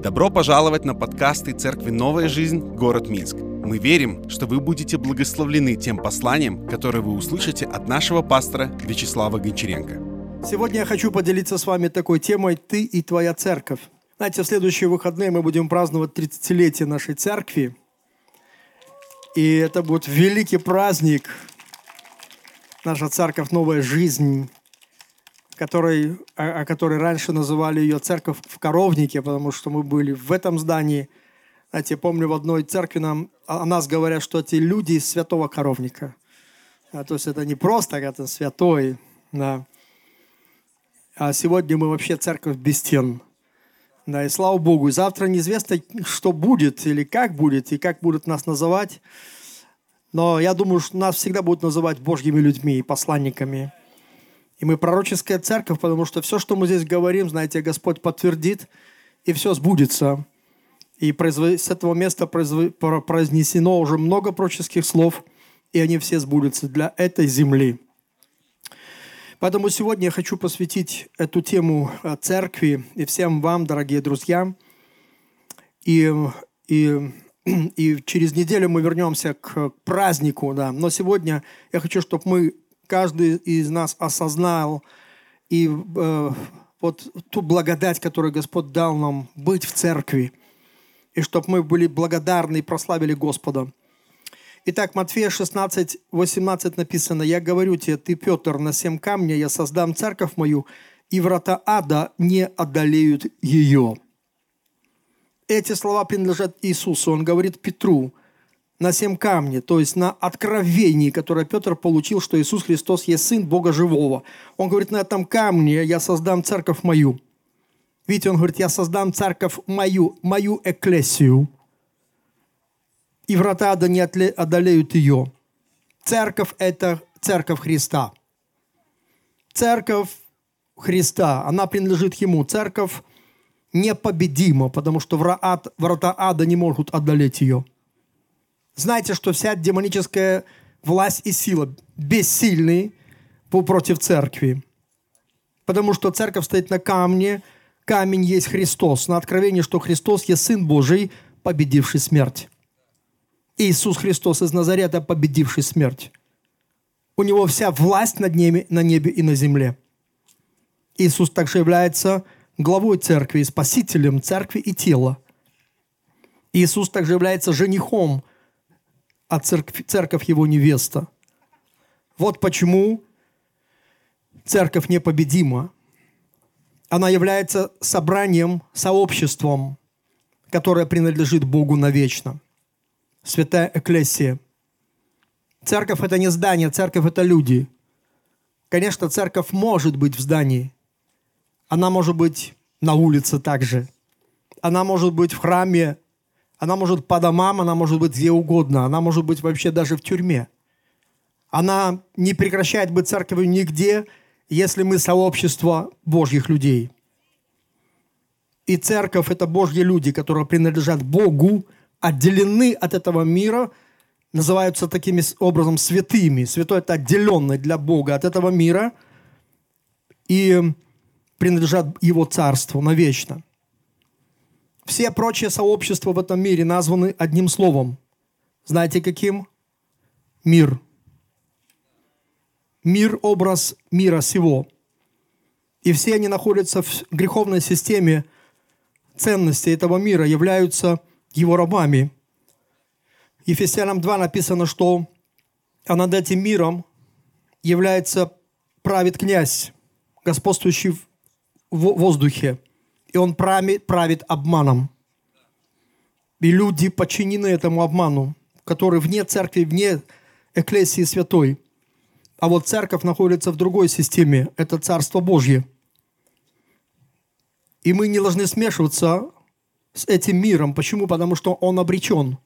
Добро пожаловать на подкасты Церкви «Новая жизнь. Город Минск». Мы верим, что вы будете благословлены тем посланием, которое вы услышите от нашего пастора Вячеслава Гончаренко. Сегодня я хочу поделиться с вами такой темой «Ты и твоя церковь». Знаете, в следующие выходные мы будем праздновать 30-летие нашей церкви. И это будет великий праздник. Наша церковь «Новая жизнь», о которой раньше называли ее церковь в Коровнике, потому что мы были в этом здании. Знаете, помню, в одной церкви о нас говорят, что эти люди из святого Коровника. То есть это не просто это святой. Да. А сегодня мы вообще церковь без стен. Да, и слава Богу. И завтра неизвестно, что будет, или как будет, и как будут нас называть. Но я думаю, что нас всегда будут называть Божьими людьми и посланниками. И мы пророческая церковь, потому что все, что мы здесь говорим, знаете, Господь подтвердит, и все сбудется. И с этого места произнесено уже много пророческих слов, и они все сбудутся для этой земли. Поэтому сегодня я хочу посвятить эту тему церкви и всем вам, дорогие друзья. И через неделю мы вернемся к празднику, да. Но сегодня я хочу, чтобы каждый из нас осознал и вот ту благодать, которую Господь дал нам быть в церкви, и чтобы мы были благодарны и прославили Господа. Итак, Матфея 16, 18 написано: «Я говорю тебе, ты, Петр, на сем камне я создам церковь мою, и врата ада не одолеют ее». Эти слова принадлежат Иисусу. Он говорит Петру на сем камне, то есть на откровении, которое Петр получил, что Иисус Христос есть Сын Бога Живого. Он говорит, на этом камне я создам церковь мою. Видите, он говорит, я создам церковь мою экклесию, и врата ада не одолеют ее. Церковь – это церковь Христа. Церковь Христа, она принадлежит Ему. Церковь непобедима, потому что врата ада не могут одолеть ее. Знаете, что вся демоническая власть и сила бессильны против церкви. Потому что церковь стоит на камне, камень есть Христос. На откровении, что Христос есть Сын Божий, победивший смерть. Иисус Христос из Назарета, победивший смерть. У Него вся власть на небе и на земле. Иисус также является главой церкви, спасителем церкви и тела. Иисус также является женихом, а церковь его невеста. Вот почему церковь непобедима. Она является собранием, сообществом, которое принадлежит Богу навечно. Святая Экклесия. Церковь – это не здание, церковь – это люди. Конечно, церковь может быть в здании. Она может быть на улице также. Она может быть в храме. Она может по домам, она может быть где угодно. Она может быть вообще даже в тюрьме. Она не прекращает быть церковью нигде, если мы сообщество Божьих людей. И церковь – это Божьи люди, которые принадлежат Богу, отделены от этого мира, называются таким образом святыми. Святой – это отделенный для Бога от этого мира и принадлежат Его царству навечно. Все прочие сообщества в этом мире названы одним словом. Знаете, каким? Мир. Мир – образ мира сего. И все они находятся в греховной системе ценностей этого мира, являются его рабами. Ефесянам 2 написано, что над этим миром правит князь, господствующий в воздухе. И он правит обманом. И люди подчинены этому обману, который вне церкви, вне экклесии святой. А вот церковь находится в другой системе. Это Царство Божье. И мы не должны смешиваться с этим миром. Почему? Потому что он обречен.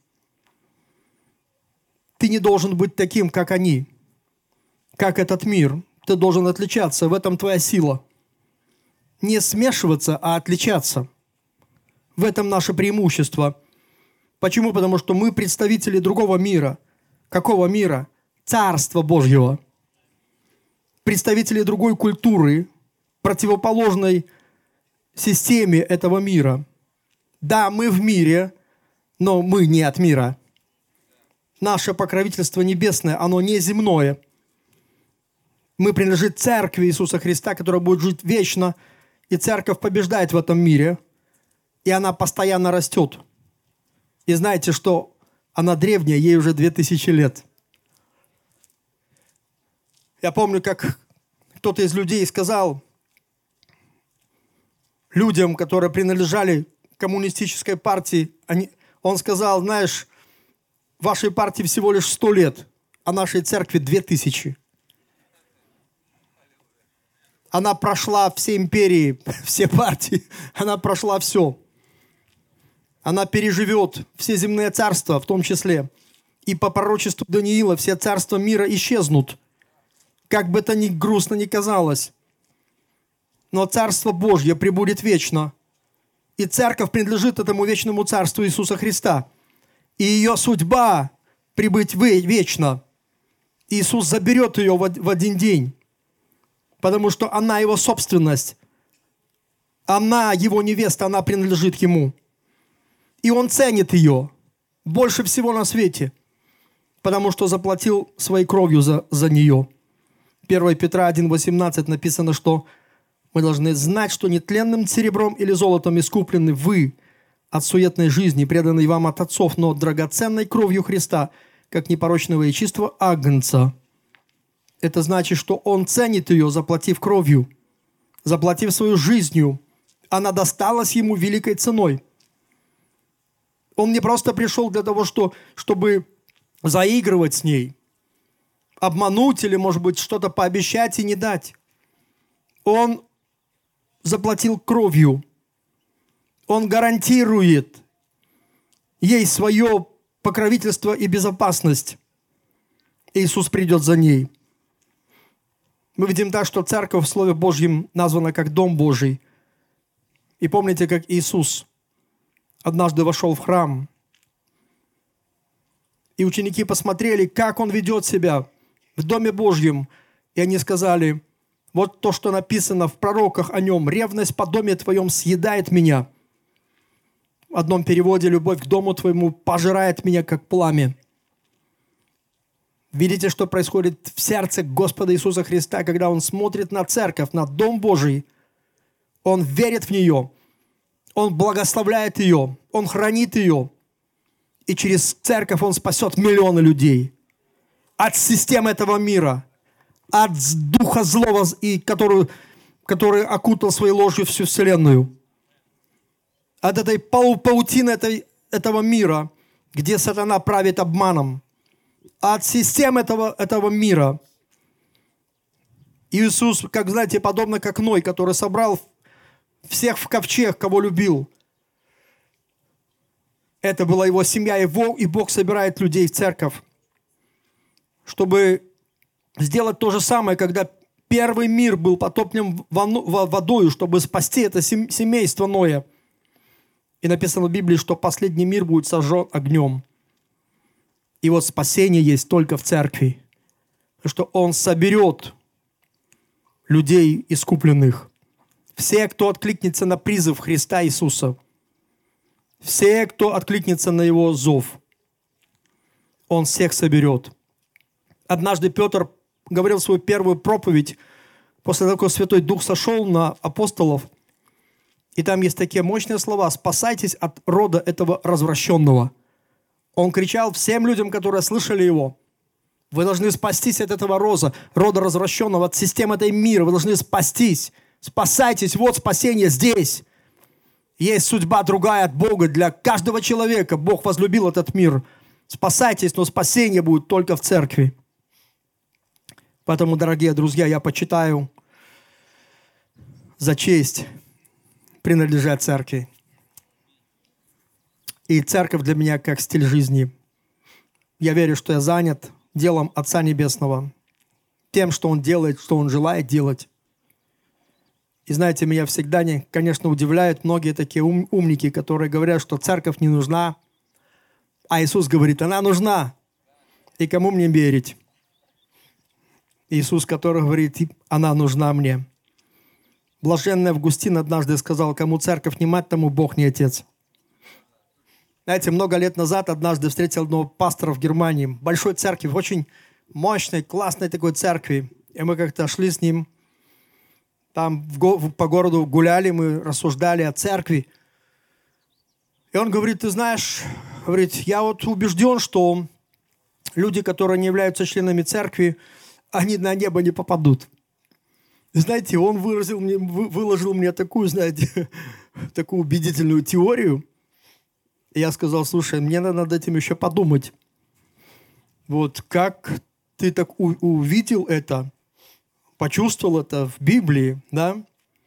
Ты не должен быть таким, как они, как этот мир. Ты должен отличаться. В этом твоя сила. Не смешиваться, а отличаться. В этом наше преимущество. Почему? Потому что мы представители другого мира. Какого мира? Царства Божьего. Представители другой культуры, противоположной системе этого мира. Да, мы в мире, но мы не от мира. Наше покровительство небесное, оно не земное. Мы принадлежим церкви Иисуса Христа, которая будет жить вечно, и церковь побеждает в этом мире, и она постоянно растет. И знаете, что она древняя, ей уже 2000 лет. Я помню, как кто-то из людей сказал людям, которые принадлежали коммунистической партии, он сказал, знаешь, вашей партии всего лишь 100 лет, а нашей церкви 2000. Она прошла все империи, все партии, она прошла все. Она переживет все земные царства, в том числе. И по пророчеству Даниила все царства мира исчезнут. Как бы это ни грустно ни казалось. Но Царство Божье пребудет вечно. И церковь принадлежит этому вечному Царству Иисуса Христа. И ее судьба прибыть вечно. Иисус заберет ее в один день. Потому что она его собственность. Она его невеста, она принадлежит ему. И он ценит ее больше всего на свете. Потому что заплатил своей кровью за нее. 1 Петра 1,18 написано, что мы должны знать, что нетленным серебром или золотом искуплены вы от суетной жизни, преданной вам от отцов, но драгоценной кровью Христа, как непорочного и чистого агнца. Это значит, что Он ценит ее, заплатив кровью, заплатив свою жизнью. Она досталась Ему великой ценой. Он не просто пришел для того, чтобы заигрывать с ней, обмануть или, может быть, что-то пообещать и не дать. Он заплатил кровью. Он гарантирует ей свое покровительство и безопасность. Иисус придет за ней. Мы видим так, что церковь в Слове Божьем названа как Дом Божий. И помните, как Иисус однажды вошел в храм, и ученики посмотрели, как Он ведет себя в Доме Божьем, и они сказали, вот то, что написано в пророках о Нем, ревность по доме Твоем съедает меня. В одном переводе, любовь к дому Твоему пожирает меня, как пламя. Видите, что происходит в сердце Господа Иисуса Христа, когда Он смотрит на церковь, на Дом Божий. Он верит в нее, Он благословляет ее, Он хранит ее. И через церковь Он спасет миллионы людей от системы этого мира, от духа злого, который окутал своей ложью всю вселенную. От этой паутины этого мира, где сатана правит обманом. От систем этого мира. Иисус, как знаете, подобно как Ной, который собрал всех в ковчег, кого любил. Это была его семья, и Бог собирает людей в церковь, чтобы сделать то же самое, когда первый мир был потоплен водою, чтобы спасти это семейство Ноя. И написано в Библии, что последний мир будет сожжен огнем. И вот спасение есть только в церкви. Что Он соберет людей искупленных. Все, кто откликнется на призыв Христа Иисуса. Все, кто откликнется на Его зов. Он всех соберет. Однажды Петр говорил свою первую проповедь после того, как Святой Дух сошел на апостолов. И там есть такие мощные слова: «Спасайтесь от рода этого развращенного». Он кричал всем людям, которые слышали его: вы должны спастись от этого рода развращенного, от системы этой мира. Вы должны спастись. Спасайтесь, вот спасение здесь. Есть судьба другая от Бога для каждого человека. Бог возлюбил этот мир. Спасайтесь, но спасение будет только в церкви. Поэтому, дорогие друзья, я почитаю за честь принадлежать церкви. И церковь для меня как стиль жизни. Я верю, что я занят делом Отца Небесного, тем, что Он делает, что Он желает делать. И знаете, меня всегда, конечно, удивляют многие такие умники, которые говорят, что церковь не нужна, а Иисус говорит, она нужна. И кому мне верить? Иисус, который говорит, она нужна мне. Блаженный Августин однажды сказал, кому церковь не мать, тому Бог не отец. Знаете, много лет назад однажды встретил одного пастора в Германии, большой церкви, в очень мощной, классной такой церкви. И мы как-то шли с ним, там по городу гуляли, мы рассуждали о церкви. И он говорит, ты знаешь, говорит, я вот убежден, что люди, которые не являются членами церкви, они на небо не попадут. Знаете, он выложил мне такую, знаете, такую убедительную теорию. И я сказал, слушай, мне надо над этим еще подумать. Вот как ты так увидел это, почувствовал это в Библии, да?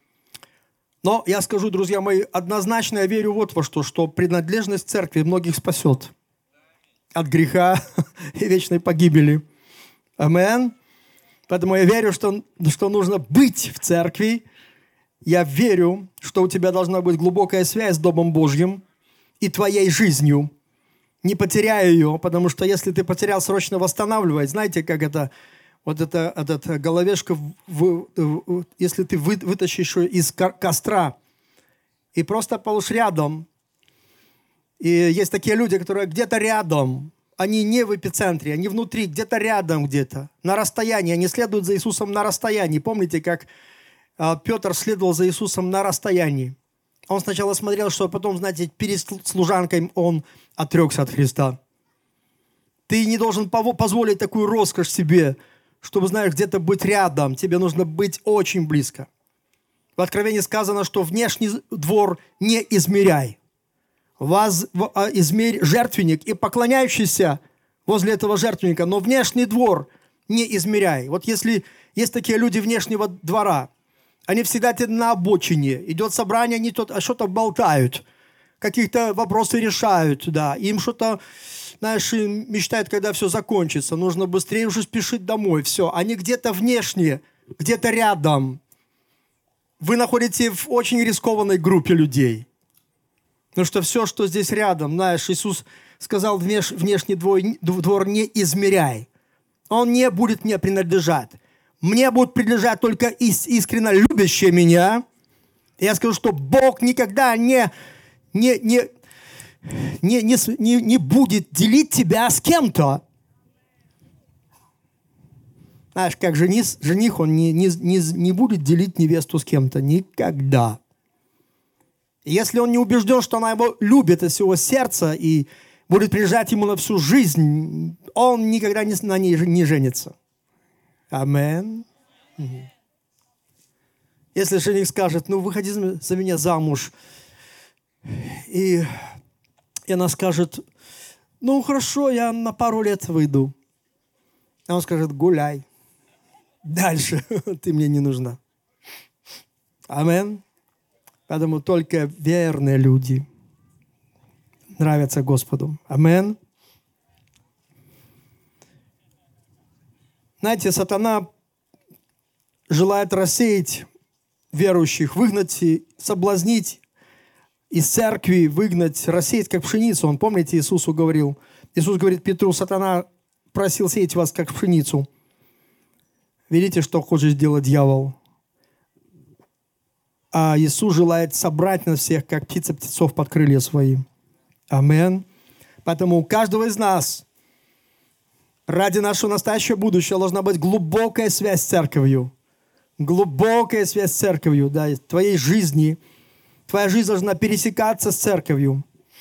Но я скажу, друзья мои, однозначно я верю вот во что принадлежность церкви многих спасет от греха и вечной погибели. Аминь. Поэтому я верю, что нужно быть в церкви. Я верю, что у тебя должна быть глубокая связь с Домом Божьим и твоей жизнью. Не потеряй ее, потому что если ты потерял, срочно восстанавливай. Знаете, как это, вот эта головешка, если ты вытащишь ее из костра и просто положишь рядом. И есть такие люди, которые где-то рядом, они не в эпицентре, они внутри, где-то рядом, где-то, на расстоянии. Они следуют за Иисусом на расстоянии. Помните, как Петр следовал за Иисусом на расстоянии? Он сначала смотрел, что потом, знаете, перед служанкой он отрекся от Христа. Ты не должен позволить такую роскошь себе, чтобы, знаешь, где-то быть рядом. Тебе нужно быть очень близко. В Откровении сказано, что внешний двор не измеряй. Измерь жертвенник и поклоняющийся возле этого жертвенника, но внешний двор не измеряй. Вот если есть такие люди внешнего двора, они всегда на обочине. Идет собрание, они что-то болтают, какие-то вопросы решают, да. Им что-то, знаешь, мечтают, когда все закончится. Нужно быстрее уже спешить домой. Все. Они где-то внешне, где-то рядом. Вы находитесь в очень рискованной группе людей. Потому что все, что здесь рядом, знаешь, Иисус сказал, внешний двор не измеряй. Он не будет мне принадлежать. Мне будут принадлежать только искренне любящие меня. И я скажу, что Бог никогда не будет делить тебя с кем-то. Знаешь, как жених, он не будет делить невесту с кем-то. Никогда. Если он не убежден, что она его любит из всего сердца и будет приезжать ему на всю жизнь, он никогда на ней не женится. Аминь. Если жених скажет, ну, выходи за меня замуж, и она скажет, ну, хорошо, я на пару лет выйду. А он скажет, гуляй. Дальше ты мне не нужна. Аминь. Поэтому только верные люди нравятся Господу. Аминь. Знаете, сатана желает рассеять верующих, выгнать и соблазнить из церкви, выгнать, рассеять, как пшеницу. Он, помните, Иисус говорит Петру, сатана просил сеять вас, как пшеницу. Видите, что хочет сделать дьявол? А Иисус желает собрать нас всех, как птица птенцов под крылья свои. Аминь. Поэтому у каждого из нас ради нашего настоящего будущего должна быть глубокая связь с церковью. Глубокая связь с церковью, да, твоей жизни. Твоя жизнь должна пересекаться с церковью.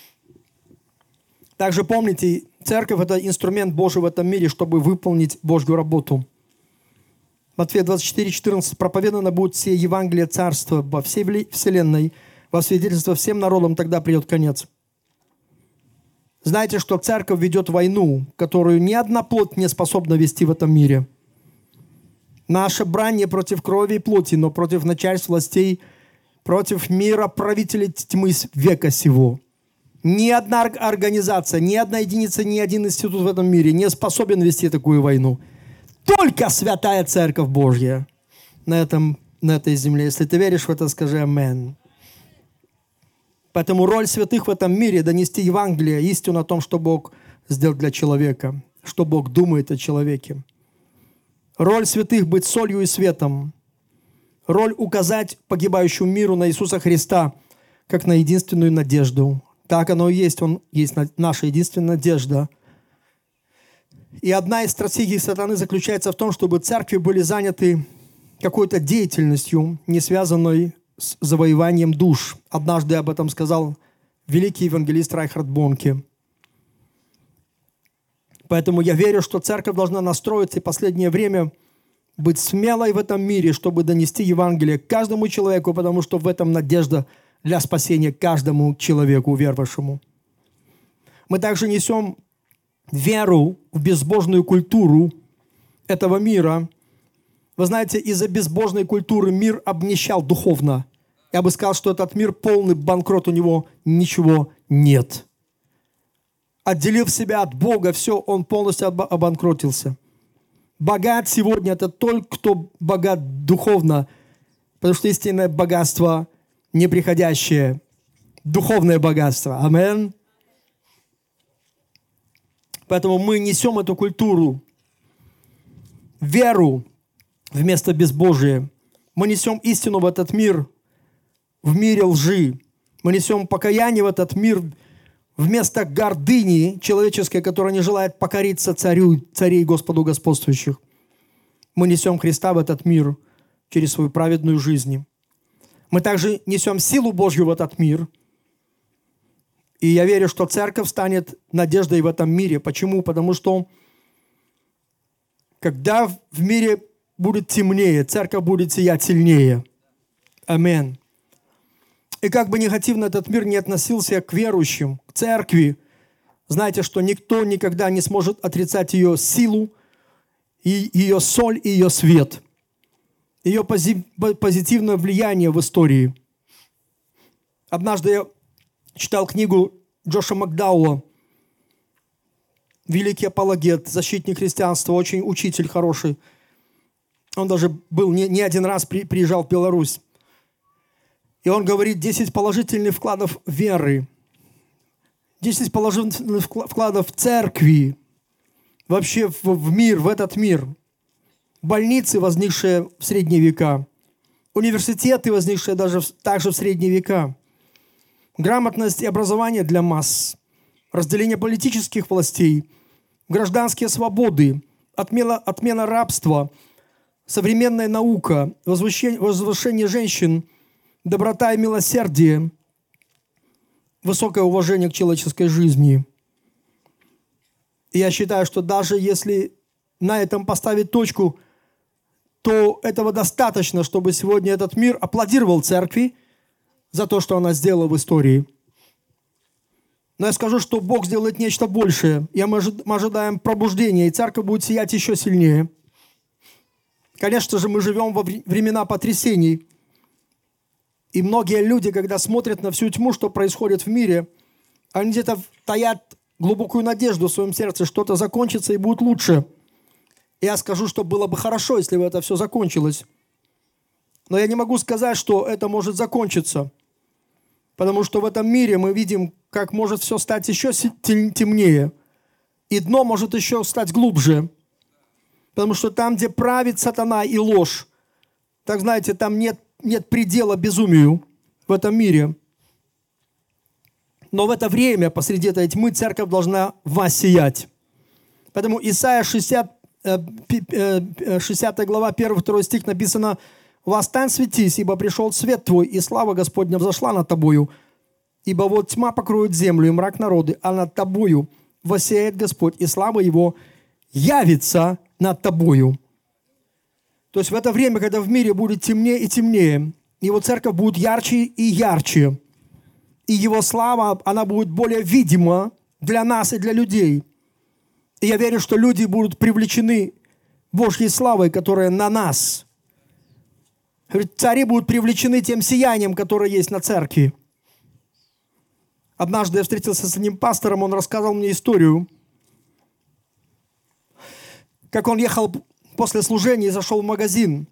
Также помните, церковь – это инструмент Божий в этом мире, чтобы выполнить Божью работу. Матфея 24:14. Проповедано будет все Евангелие Царства во всей вселенной, во свидетельство всем народам, тогда придет конец. Знаете, что церковь ведет войну, которую ни одна плоть не способна вести в этом мире. Наша брань не против крови и плоти, но против начальств, властей, против мира правителей тьмы века сего. Ни одна организация, ни одна единица, ни один институт в этом мире не способен вести такую войну. Только святая Церковь Божья на этой земле. Если ты веришь в это, скажи аминь. Поэтому роль святых в этом мире – донести Евангелие, истину о том, что Бог сделал для человека, что Бог думает о человеке. Роль святых – быть солью и светом. Роль указать погибающему миру на Иисуса Христа, как на единственную надежду. Так оно и есть. Он есть наша единственная надежда. И одна из стратегий сатаны заключается в том, чтобы церкви были заняты какой-то деятельностью, не связанной с завоеванием душ. Однажды об этом сказал великий евангелист Райхард Бонке. Поэтому я верю, что церковь должна настроиться и в последнее время быть смелой в этом мире, чтобы донести Евангелие каждому человеку, потому что в этом надежда для спасения каждому человеку, уверовавшему. Мы также несем веру в безбожную культуру этого мира. Вы знаете, из-за безбожной культуры мир обнищал духовно. Я бы сказал, что этот мир полный банкрот, у него ничего нет. Отделив себя от Бога, все, он полностью обанкротился. Богат сегодня – это тот, кто богат духовно, потому что истинное богатство неприходящее, духовное богатство. Амин. Поэтому мы несем эту культуру, веру вместо безбожия. Мы несем истину в этот мир, в мире лжи. Мы несем покаяние в этот мир вместо гордыни человеческой, которая не желает покориться царю, царей Господу господствующих. Мы несем Христа в этот мир через свою праведную жизнь. Мы также несем силу Божью в этот мир. И я верю, что церковь станет надеждой в этом мире. Почему? Потому что когда в мире будет темнее, церковь будет сиять сильнее. Аминь. И как бы негативно этот мир не относился к верующим, к церкви, знайте, что никто никогда не сможет отрицать ее силу, и ее соль, и ее свет, ее позитивное влияние в истории. Однажды я читал книгу Джоша Макдауэлла, великий апологет, защитник христианства, очень учитель хороший. Он даже был не один раз приезжал в Беларусь. И он говорит 10 положительных вкладов веры, 10 положительных вкладов в церкви, вообще в мир, в этот мир. Больницы, возникшие в средние века, университеты, возникшие также в средние века, грамотность и образование для масс, разделение политических властей, гражданские свободы, отмена рабства, современная наука, возвышение женщин, доброта и милосердие, высокое уважение к человеческой жизни. И я считаю, что даже если на этом поставить точку, то этого достаточно, чтобы сегодня этот мир аплодировал церкви за то, что она сделала в истории. Но я скажу, что Бог сделает нечто большее. И мы ожидаем пробуждения, и церковь будет сиять еще сильнее. Конечно же, мы живем во времена потрясений. И многие люди, когда смотрят на всю тьму, что происходит в мире, они где-то таят глубокую надежду в своем сердце, что-то закончится и будет лучше. И я скажу, что было бы хорошо, если бы это все закончилось. Но я не могу сказать, что это может закончиться. Потому что в этом мире мы видим, как может все стать еще темнее. И дно может еще стать глубже. Потому что там, где правит сатана и ложь, так знаете, там нет предела безумию в этом мире. Но в это время, посреди этой тьмы, церковь должна воссиять. Поэтому Исайя 60 глава, 1-2 стих написано: «Восстань, светись, ибо пришел свет твой, и слава Господня взошла над тобою. Ибо вот тьма покроет землю, и мрак народы, а над тобою воссияет Господь, и слава Его явится над тобою». То есть в это время, когда в мире будет темнее и темнее, Его церковь будет ярче и ярче, и Его слава, она будет более видима для нас и для людей. И я верю, что люди будут привлечены Божьей славой, которая на нас. Цари будут привлечены тем сиянием, которое есть на церкви. Однажды я встретился с одним пастором, он рассказал мне историю, как он ехал после служения и зашел в магазин.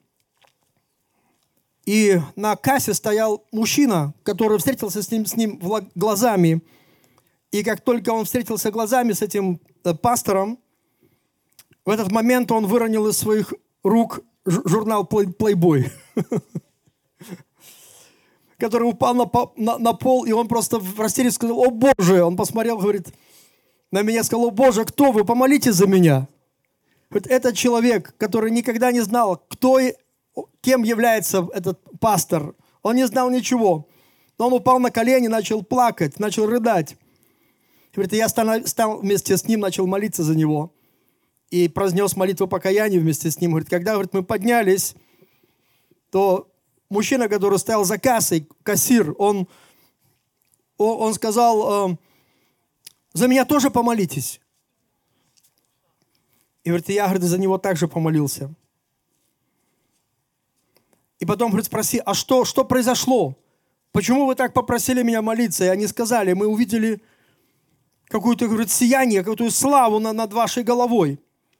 И на кассе стоял мужчина, который встретился с ним глазами. И как только он встретился глазами с этим пастором, в этот момент он выронил из своих рук журнал Playboy. который упал на пол, и он просто в растерянности сказал: «О Боже!» Он посмотрел, говорит, на меня, сказал: «О Боже, кто вы? Помолитесь за меня». Вот этот человек, который никогда не знал, кем является этот пастор, он не знал ничего. Но он упал на колени, начал плакать, начал рыдать. Говорит, я стал вместе с ним, начал молиться за него. И произнес молитву покаяния вместе с ним. Говорит, когда мы поднялись, то мужчина, который стоял за кассой, кассир, он сказал: «За меня тоже помолитесь». И говорит, я, говорит, за него также помолился. И потом, говорит, спроси, а что произошло? Почему вы так попросили меня молиться? И они сказали, мы увидели какое-то, говорит, сияние, какую-то славу над вашей головой.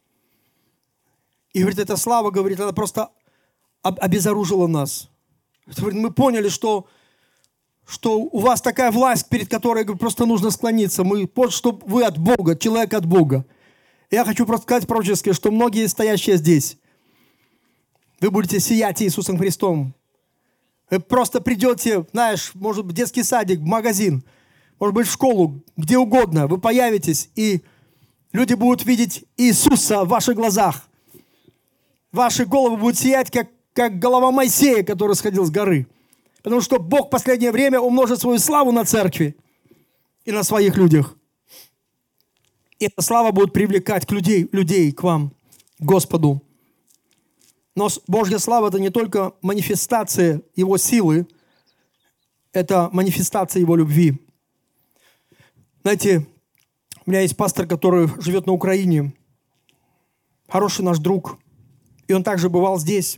И, говорит, эта слава, говорит, она просто обезоружила нас. Говорит, мы поняли, что у вас такая власть, перед которой, говорит, просто нужно склониться. Мы поняли, что вы от Бога, человек от Бога. Я хочу просто сказать пророчески, что многие стоящие здесь, вы будете сиять Иисусом Христом. Вы просто придете, знаешь, может быть, в детский садик, в магазин, может быть, в школу, где угодно. Вы появитесь, и люди будут видеть Иисуса в ваших глазах. Ваши головы будут сиять, как голова Моисея, который сходил с горы. Потому что Бог в последнее время умножит свою славу на церкви и на своих людях. И эта слава будет привлекать людей к вам, к Господу. Но Божья слава – это не только манифестация Его силы, это манифестация Его любви. Знаете, у меня есть пастор, который живет на Украине, хороший наш друг, и он также бывал здесь.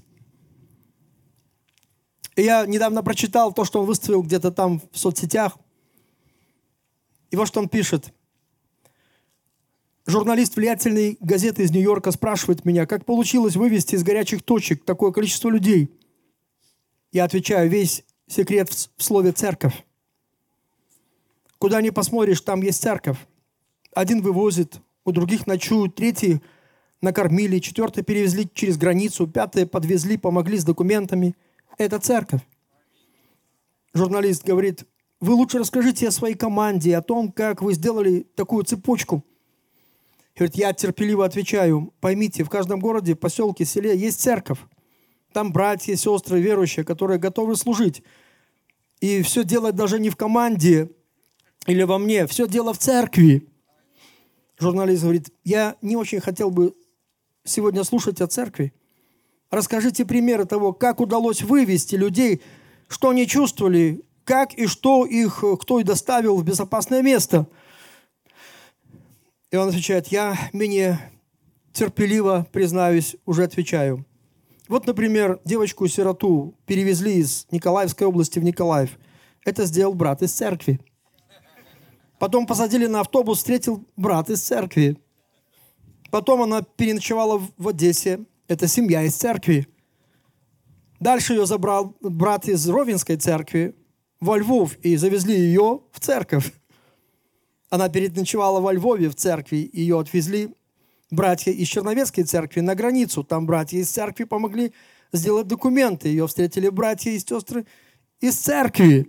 И я недавно прочитал то, что он выставил где-то там в соцсетях. И вот что он пишет. Журналист влиятельной газеты из Нью-Йорка спрашивает меня, как получилось вывести из горячих точек такое количество людей. Я отвечаю, весь секрет в слове «церковь». Куда ни посмотришь, там есть церковь. Один вывозит, у других ночуют, третий накормили, четвертый перевезли через границу, пятый подвезли, помогли с документами. Это церковь. Журналист говорит, вы лучше расскажите о своей команде, о том, как вы сделали такую цепочку. Говорит, я терпеливо отвечаю, поймите, в каждом городе, поселке, селе есть церковь. Там братья, сестры, верующие, которые готовы служить. И все дело даже не в команде или во мне, все дело в церкви. Журналист говорит, я не очень хотел бы сегодня слушать о церкви. Расскажите примеры того, как удалось вывести людей, что они чувствовали, как и что их, кто и доставил в безопасное место. И он отвечает, я менее терпеливо, признаюсь, уже отвечаю. Вот, например, девочку-сироту перевезли из Николаевской области в Николаев. Это сделал брат из церкви. Потом посадили на автобус, встретил брат из церкви. Потом она переночевала в Одессе. Это семья из церкви. Дальше ее забрал брат из Ровенской церкви во Львов и завезли ее в церковь. Она переночевала во Львове в церкви, ее отвезли братья из Черновецкой церкви на границу. Там братья из церкви помогли сделать документы. Ее встретили братья и сестры из церкви.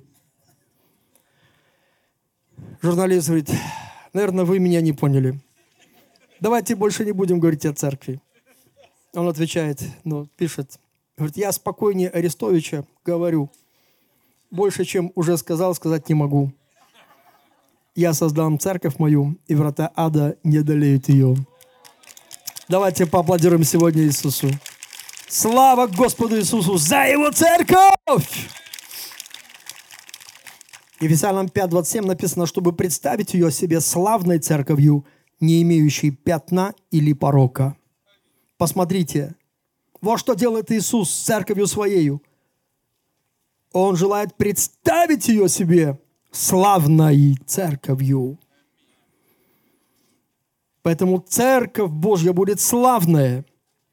Журналист говорит, наверное, вы меня не поняли. Давайте больше не будем говорить о церкви. Он отвечает, пишет, говорит, я спокойнее Арестовича говорю. Больше, чем уже сказал, сказать не могу. Я создам церковь мою, и врата ада не одолеют ее. Давайте поаплодируем сегодня Иисусу. Слава Господу Иисусу за Его церковь! Ефесянам 5:27 написано, чтобы представить ее себе славной церковью, не имеющей пятна или порока. Посмотрите, вот что делает Иисус с церковью Своею. Он желает представить ее себе славной церковью. Поэтому церковь Божья будет славная.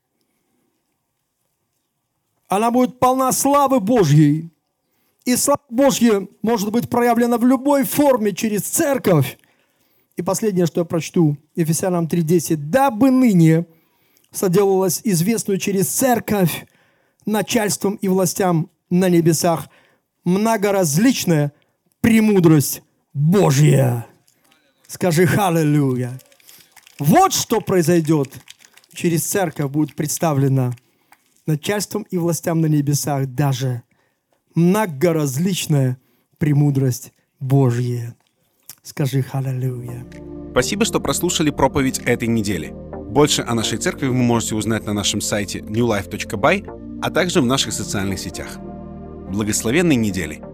Она будет полна славы Божьей. И слава Божья может быть проявлена в любой форме через церковь. И последнее, что я прочту, Ефесянам 3:10. «Дабы ныне соделалось известную через церковь начальством и властям на небесах многоразличная премудрость Божья. Скажи «Халлелуя». Вот что произойдет. Через церковь будет представлена начальством и властям на небесах даже многоразличная премудрость Божья. Скажи «Халлелуя». Спасибо, что прослушали проповедь этой недели. Больше о нашей церкви вы можете узнать на нашем сайте newlife.by, а также в наших социальных сетях. Благословенной недели!